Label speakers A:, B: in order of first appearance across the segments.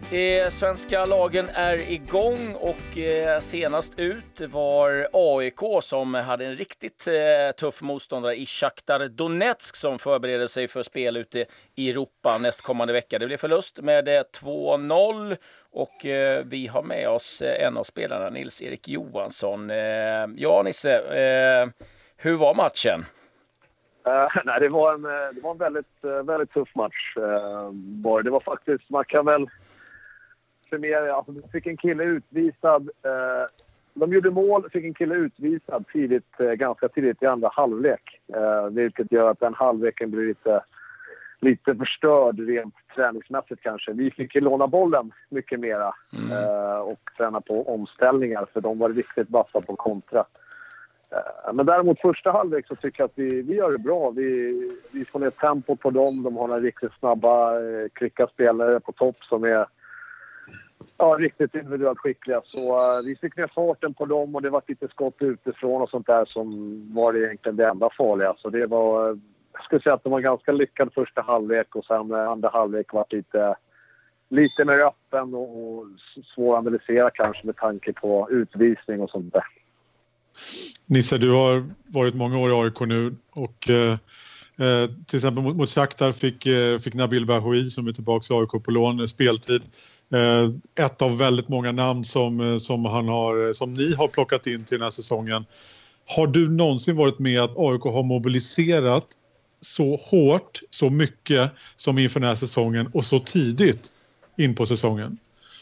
A: Svenska lagen är igång och senast ut var AIK som hade en riktigt tuff motståndare i Shakhtar Donetsk som förbereder sig för spel ute i Europa nästkommande vecka. Det blev förlust med 2-0 och vi har med oss en av spelarna, Nils-Erik Johansson. Ja, Nisse, hur var matchen?
B: Nej, det var en väldigt tuff match. Det var faktiskt, man kan väl summera, alltså de fick en kille utvisad. De gjorde mål, fick en kille utvisad ganska tidigt i andra halvlek. Vilket gör att den halvleken blir lite förstörd rent träningsmässigt kanske. Vi fick ju låna bollen mycket mera och träna på omställningar för de var riktigt vassa på kontra. Men däremot första halvlek så tycker jag att vi gör det bra. Vi får ner tempo på dem. De har några riktigt snabba, kvicka spelare på topp som är riktigt individuellt skickliga. Så vi fick ner farten på dem och det var lite skott utifrån och sånt där som var egentligen det enda farliga. Så det var, jag skulle säga att det var ganska lyckad första halvlek och sen andra halvlek var lite mer öppen och svår att analysera kanske med tanke på utvisning och sånt där.
C: Nisse, du har varit många år i AIK nu och till exempel mot Shakhtar fick Nabil Bahoui som är tillbaka i AIK på lån speltid. Ett av väldigt många namn som ni har plockat in till den här säsongen. Har du någonsin varit med att AIK har mobiliserat så hårt, så mycket som inför den här säsongen och så tidigt in på säsongen?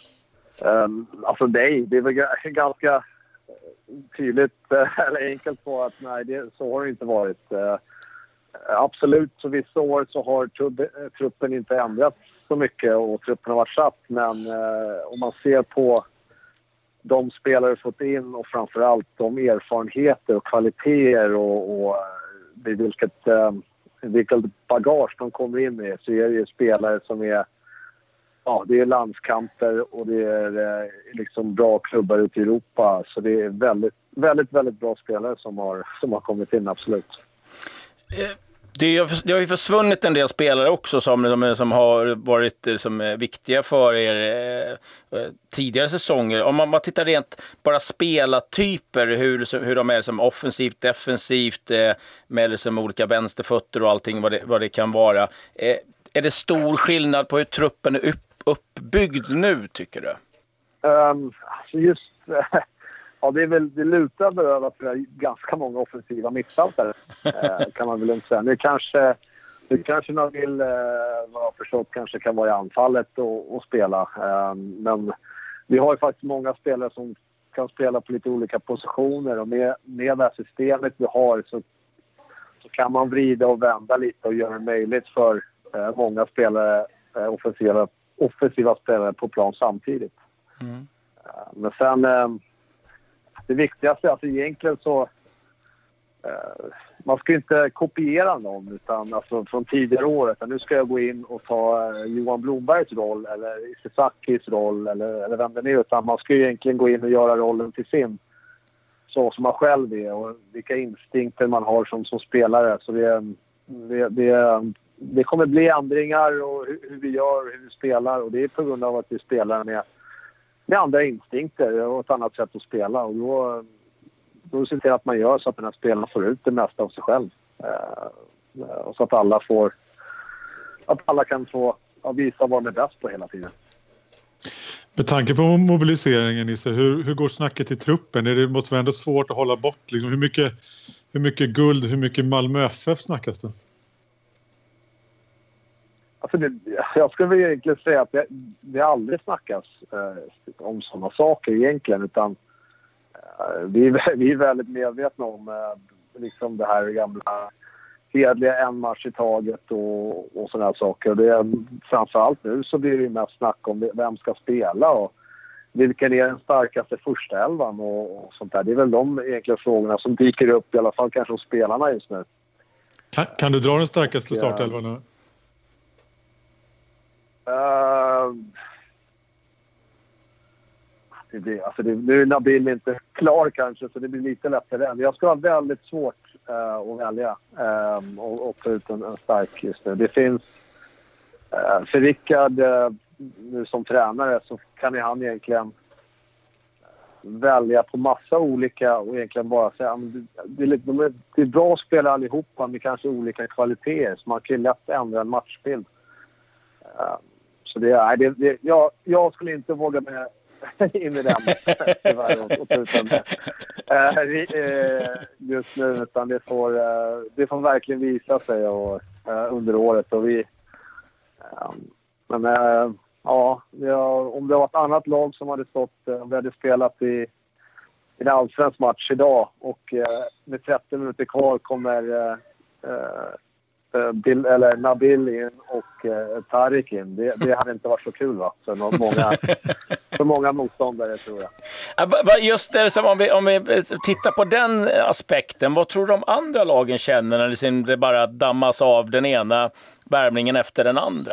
B: Alltså nej, det är väl ganska tydligt eller enkelt på att nej, så har det inte varit. Absolut, så vissa år så har truppen inte ändrats så mycket och truppen har varit satt. Men om man ser på de spelare fått in och framförallt de erfarenheter och kvaliteter och vilket bagage de kommer in med så är det ju spelare som är det är landskamper och det är liksom bra klubbar ute i Europa. Så det är väldigt, väldigt, väldigt bra spelare som har kommit in, absolut.
A: Det har ju försvunnit en del spelare också som har varit viktiga för er tidigare säsonger. Om man tittar rent bara spelartyper, hur de är som offensivt, defensivt, med olika vänsterfötter och allting vad det kan vara. Är det stor skillnad på hur truppen är uppbyggd nu, tycker du?
B: Alltså det lutar väl över att vi har ganska många offensiva mittfältare, kan man väl säga. Nu kanske man vill vad jag förstått kanske kan vara i anfallet och spela. Men vi har ju faktiskt många spelare som kan spela på lite olika positioner och med det här systemet vi har så kan man vrida och vända lite och göra det möjligt för många spelare, offensiva spelare på plan samtidigt. Men sen det viktigaste, alltså egentligen så man ska inte kopiera någon utan alltså från tidigare år, utan nu ska jag gå in och ta Johan Blombergs roll eller Isesakis roll eller vem det är, utan man ska ju egentligen gå in och göra rollen till sin så som man själv är och vilka instinkter man har som spelare. Så det kommer bli ändringar och hur vi gör och hur vi spelar och det är på grund av att vi spelar med andra instinkter och ett annat sätt att spela och då ser det att man gör så att den här spelaren får ut det mesta av sig själv och så att alla kan få visa vad de är bäst på hela tiden.
C: Med tanke på mobiliseringen, Nisse, hur går snacket i truppen? Det måste vara ändå svårt att hålla bort. Liksom, hur mycket guld, hur mycket Malmö FF snackas det?
B: Alltså jag skulle väl egentligen säga att det aldrig snackas om sådana saker egentligen, utan vi är väldigt medvetna om liksom det här gamla hedliga en match i taget och sådana här saker. Och det framförallt nu så blir det mest snack om vem ska spela och vilken är den starkaste första elvan och sånt där. Det är väl de egentligen frågorna som dyker upp i alla fall kanske hos spelarna just nu.
C: Kan du dra den starkaste startelvan nu? Nu är Nabil inte klar kanske så det blir lite lättare än. Jag ska ha väldigt svårt att välja och ta ut en stark just nu. Det finns för Rickard
B: nu som tränare så kan ju han egentligen välja på massa olika och egentligen bara säga det är bra att spela allihopa med kanske olika kvaliteter så man kan lätt ändra en matchbild. Så jag skulle inte våga mig in i den tyvärr och ta ut den just nu, utan det får verkligen visa sig under året och om det var ett annat lag som hade stått, om vi hade spelat i en allsvensk match idag och med 30 minuter kvar kommer Nabil in och Tarik in. Det hade inte varit så kul, va? För många motståndare, tror jag.
A: Just det, som om vi tittar på den aspekten, vad tror du de andra lagen känner när det bara dammas av den ena värmningen efter den andra?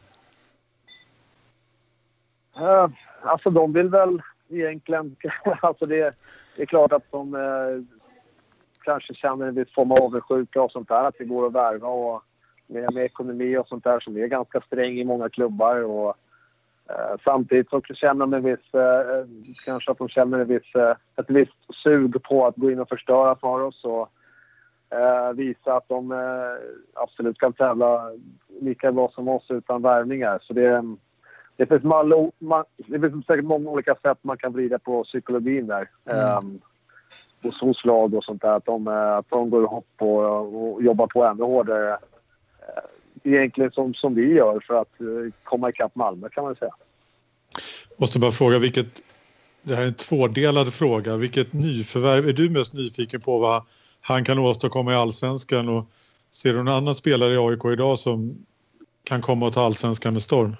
B: Alltså de vill väl egentligen, alltså det är klart att de kanske känner en viss form av avundsjuka och sånt där, att det går att värva och med ekonomi och sånt där som är ganska sträng i många klubbar och samtidigt så känner de kanske att de känner ett visst sug på att gå in och förstöra för oss och visa att de absolut kan tävla lika bra som oss utan värvningar. Så det finns säkert många olika sätt man kan vrida på psykologin där. Hos lag och sånt där. Att de går ihop och jobbar på ännu hårdare. Egentligen som vi gör för att komma ikapp Malmö, kan man säga.
C: Måste bara fråga, det här är en tvådelad fråga. Vilket nyförvärv är du mest nyfiken på, vad han kan åstadkomma i Allsvenskan? Och ser du någon annan spelare i AIK idag som kan komma och ta Allsvenskan med storm?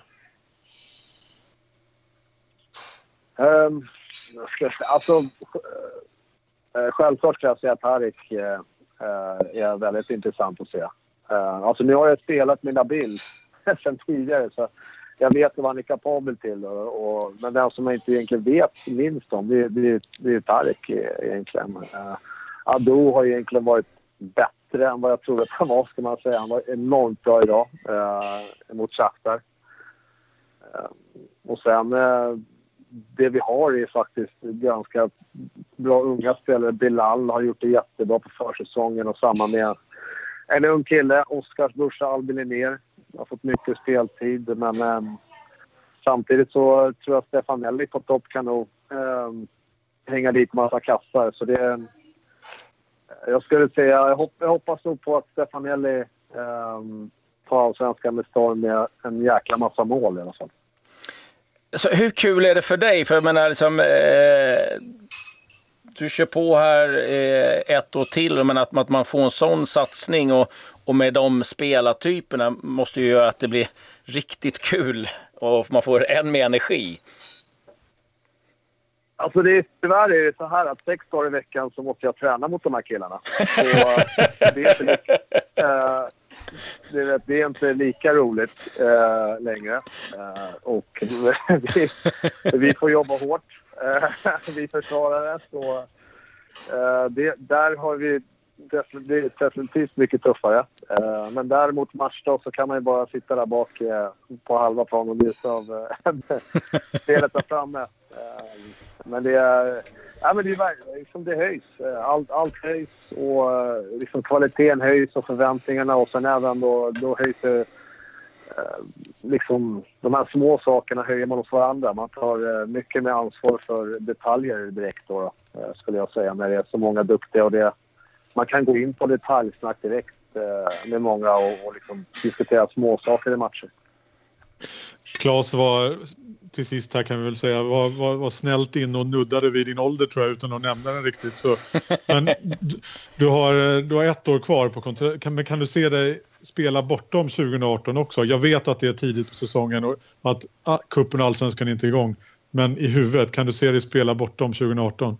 B: Självklart ska jag säga att Tarik är väldigt intressant att se. Alltså nu har jag spelat med Nabil sedan tidigare så jag vet vad han är kapabel till. Men den som jag inte egentligen vet minst om det är Tarik egentligen. Ado har egentligen varit bättre än vad jag trodde att han var, ska man säga. Han var enormt bra idag mot Shakhtar. Och sen det vi har är faktiskt ganska bra unga spelare. Bilal har gjort det jättebra på försäsongen och samma med en ung kille, Oskars brorsa Albin Linnér. Har fått mycket speltid, men samtidigt så tror jag Stefanelli på topp kan nog hänga dit massa kassar. Så jag skulle säga, jag hoppas nog på att Stefanelli tar Allsvenskan med storm med en jäkla massa mål i alla fall.
A: Så hur kul är det för dig? För jag menar, liksom, du kör på här ett år till, men att man får en sån satsning och med de spelartyperna måste ju göra att det blir riktigt kul och man får än mer energi.
B: Alltså tyvärr är det så här att 6 dagar i veckan så måste jag träna mot de här killarna. Så det är inte lika roligt längre. Och vi får jobba hårt. Vi försvarare. Så där har vi definitivt mycket tuffare. Men däremot matchdag så kan man ju bara sitta där bak på halva plan och njuta av spelet där framme. Men det är liksom det höjs. Allt höjs och liksom kvaliteten höjs och förväntningarna och sen även då höjs det liksom de här små sakerna höjer man hos varandra. Man tar mycket mer ansvar för detaljer direkt då, skulle jag säga, när det är så många duktiga och man kan gå in på detaljsnack direkt med många och liksom diskutera små saker i matcher.
C: Claes var till sist här, kan vi väl säga, var snällt in och nuddade vid din ålder, tror jag, utan att nämna den riktigt. Så, men du har 1 år kvar på kontrakt. Kan du se dig spela bortom 2018 också? Jag vet att det är tidigt på säsongen och att cupen och Allsvenskan inte är igång. Men i huvudet, kan du se dig spela bortom 2018?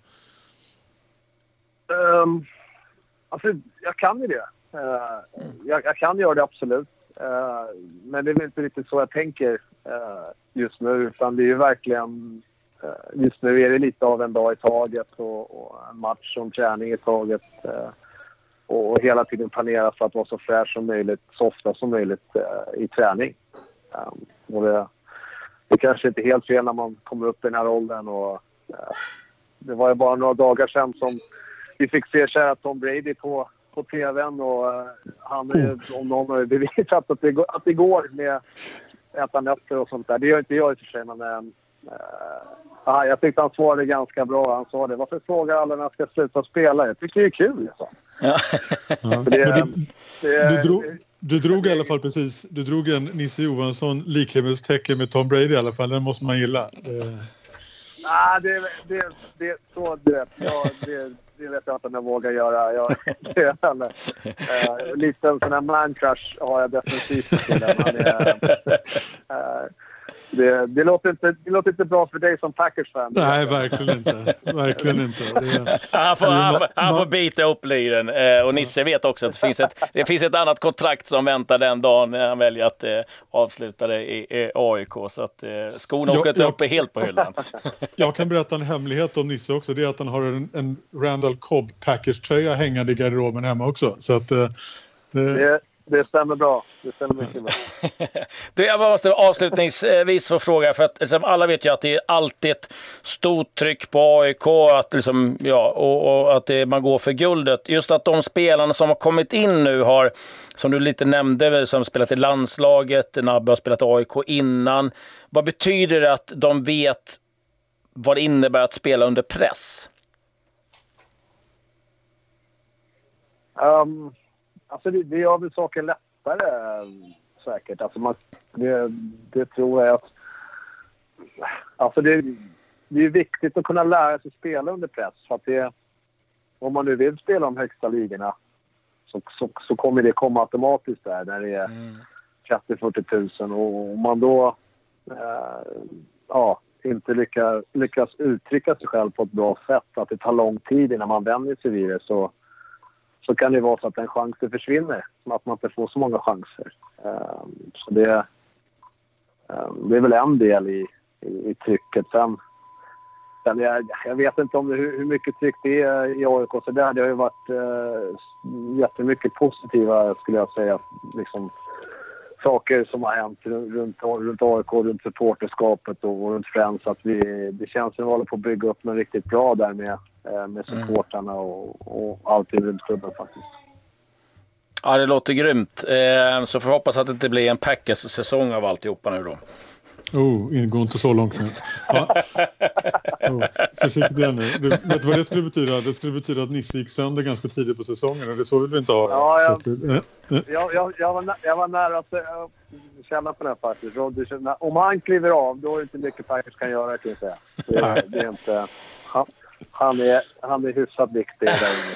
B: Alltså, jag kan ju det. Jag kan göra det absolut. Men det är inte riktigt så jag tänker just nu, utan det är ju verkligen just nu är det lite av en dag i taget och en match och en träning i taget och hela tiden planera för att vara så fräsch som möjligt, så ofta som möjligt i träning. det kanske inte är helt fel när man kommer upp i den här åldern. Och, det var ju bara några dagar sedan som vi fick se kära Tom Brady på tvn. Och han är, om någon har bevisat att det går med äta nötter och sånt där. Det gör inte jag i och för sig, men jag tyckte han svarade ganska bra. Han sa det. Varför frågar alla när jag ska sluta spela? Jag tycker det är kul. Så.
A: Ja.
C: Du drog i alla fall precis. Du drog en Nisse Johansson likhemmelstecken med Tom Brady i alla fall. Den måste man gilla.
B: Det så det. Ja, det vet jag inte om jag vågar göra. Lite en sån här man-crush har jag definitivt till den. Det låter inte bra för dig som Packers-fan.
C: Nej, verkligen inte. Verkligen inte.
A: Han får bita upp lyren. Och Nisse vet också att det finns ett annat kontrakt som väntar den dagen när han väljer att avsluta det i AIK. Så att skon åker inte upp helt på hyllan.
C: Jag kan berätta en hemlighet om Nisse också. Det är att han har en Randall Cobb Packers-tröja hängande i garderoben hemma också. Så att...
B: Det stämmer bra. Det stämmer mycket bra.
A: Jag måste avslutningsvis få fråga, för att liksom, alla vet ju att det är alltid ett stort tryck på AIK att, liksom, och att man går för guldet. Just att de spelarna som har kommit in nu har, som du lite nämnde, som spelat i landslaget, Nabbe har spelat AIK innan. Vad betyder det att de vet vad det innebär att spela under press?
B: Alltså det gör väl saker lättare säkert. Alltså det tror jag att... Alltså det är viktigt att kunna lära sig spela under press. För att om man nu vill spela de högsta ligorna så kommer det komma automatiskt där när det är 30-40 000. Och om man då inte lyckas uttrycka sig själv på ett bra sätt, att det tar lång tid innan man vänjer sig vid det, så kan det vara så att en chans försvinner. Att man inte får så många chanser. Så det är väl en del i trycket. Sen jag vet inte om hur mycket tryck det är i AIK. Så det har ju varit jättemycket positiva, skulle jag säga. Liksom, saker som har hänt runt AIK, runt supporterskapet och runt Friends. Att det känns som att vi håller på att bygga upp något riktigt bra där med supportarna och allting runt klubben faktiskt.
A: Ja, det låter grymt. Så får hoppas att det inte blir en Packers-säsong av alltihopa nu då.
C: Går inte så långt nu. Ja. Försiktigt igen nu. Vet du vad det skulle betyda? Det skulle betyda att Nisse gick sönder ganska tidigt på säsongen, och det så vill vi inte ha.
B: Ja, jag var nära att känna på den faktiskt. Om han kliver av, då är det inte mycket Packers kan göra, kan jag säga. Det är inte... Han är hyfsat viktig där.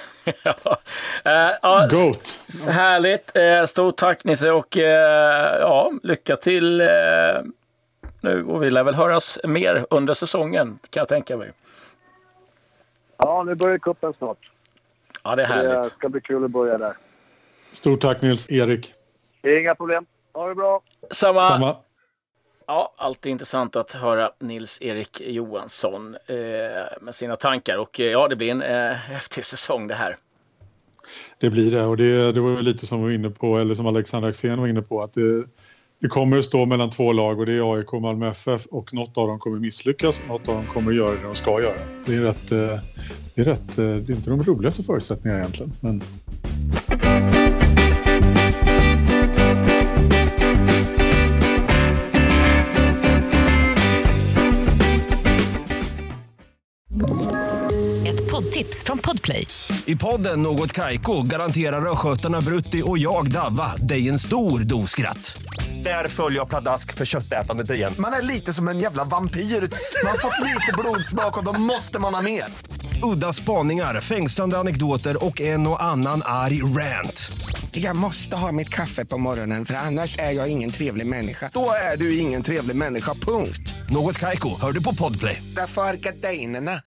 C: Goat.
A: Härligt. Stort tack Nisse, och lycka till nu, och vi lär väl höras mer under säsongen, kan jag tänka mig.
B: Ja, nu börjar kuppen snart.
A: Ja, det är härligt.
B: Det ska bli kul att börja där.
C: Stort tack Nils Erik.
B: Inga problem. Ha det bra.
A: Samma. Ja, alltid intressant att höra Nils-Erik Johansson med sina tankar. Och det blir en häftig säsong det här. Det
C: blir det, och det var lite som vi var inne på, eller som Alexander Axén var inne på, att det kommer att stå mellan två lag, och det är AIK och Malmö FF, och något av dem kommer misslyckas, något av dem kommer göra det de ska göra. Det är inte de roligaste förutsättningarna egentligen, men...
D: Tips från Podplay.
E: I podden Något Kaiko garanterar röskötarna Brutti och jag Davva dig en stor doskratt. Där följer jag pladask för köttätandet igen.
F: Man är lite som en jävla vampyr. Man har fått lite blodsmak och då måste man ha mer.
E: Udda spaningar, fängslande anekdoter och en och annan arg rant.
F: Jag måste ha mitt kaffe på morgonen, för annars är jag ingen trevlig människa. Då är du ingen trevlig människa, punkt.
E: Något Kaiko, hör du på Podplay.
F: Därför är gardinerna.